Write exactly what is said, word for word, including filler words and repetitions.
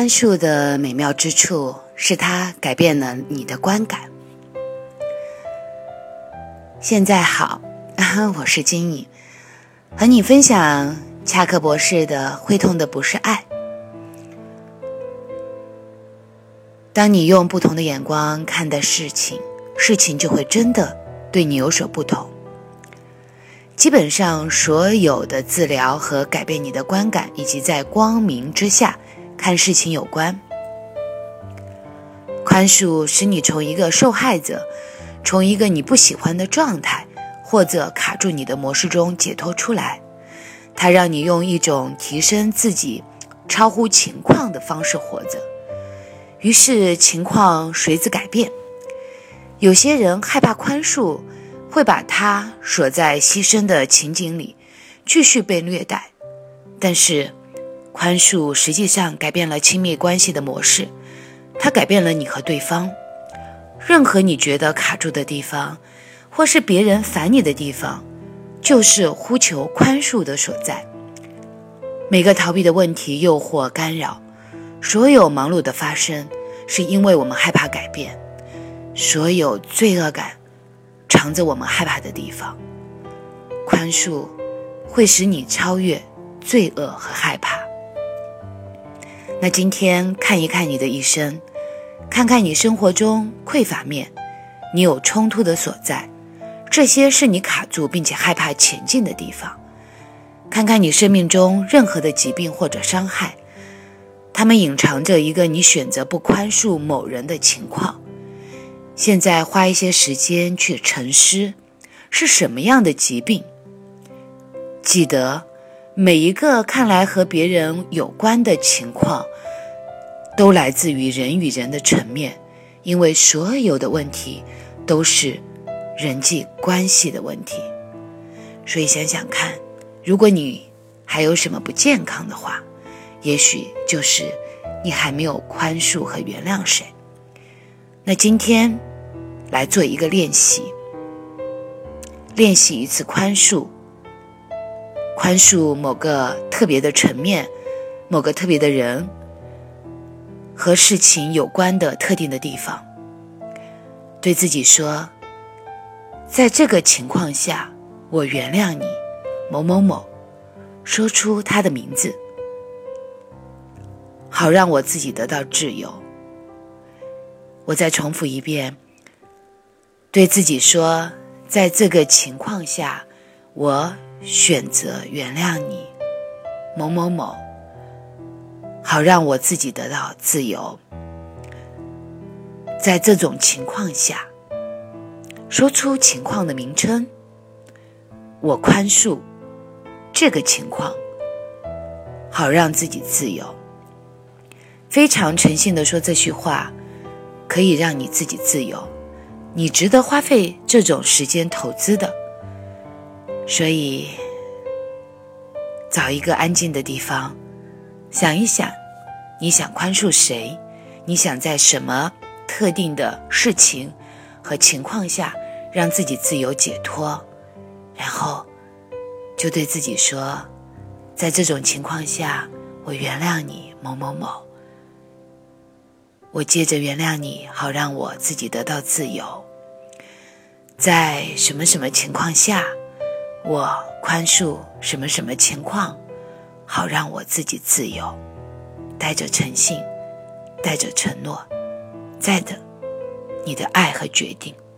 宽恕的美妙之处是它改变了你的观感。现在好，我是金颖，和你分享恰克博士的会痛的不是爱。当你用不同的眼光看待事情，事情就会真的对你有所不同。基本上所有的治疗和改变你的观感以及在光明之下看事情有关。宽恕使你从一个受害者，从一个你不喜欢的状态或者卡住你的模式中解脱出来，它让你用一种提升自己超乎情况的方式活着，于是情况随之改变。有些人害怕宽恕，会把他锁在牺牲的情景里，继续被虐待。但是宽恕实际上改变了亲密关系的模式，它改变了你和对方。任何你觉得卡住的地方，或是别人烦你的地方，就是呼求宽恕的所在。每个逃避的问题、诱惑、干扰，所有忙碌的发生，是因为我们害怕改变。所有罪恶感藏着我们害怕的地方，宽恕会使你超越罪恶和害怕。那今天看一看你的一生，看看你生活中匮乏面，你有冲突的所在，这些是你卡住并且害怕前进的地方。看看你生命中任何的疾病或者伤害，它们隐藏着一个你选择不宽恕某人的情况。现在花一些时间去沉思，是什么样的疾病？记得每一个看来和别人有关的情况，都来自于人与人的层面，因为所有的问题都是人际关系的问题。所以想想看，如果你还有什么不健康的话，也许就是你还没有宽恕和原谅谁。那今天来做一个练习，练习一次宽恕，宽恕某个特别的层面，某个特别的人和事情有关的特定的地方。对自己说，在这个情况下，我原谅你某某某，说出他的名字，好让我自己得到自由。我再重复一遍，对自己说，在这个情况下，我选择原谅你某某某，好让我自己得到自由。在这种情况下，说出情况的名称，我宽恕这个情况，好让自己自由。非常诚信地说这句话，可以让你自己自由，你值得花费这种时间投资的。所以找一个安静的地方，想一想你想宽恕谁，你想在什么特定的事情和情况下让自己自由解脱，然后就对自己说，在这种情况下，我原谅你某某某，我接着原谅你，好让我自己得到自由。在什么什么情况下，我宽恕什么什么情况，好让我自己自由。带着诚信，带着承诺，在的你的爱和决定。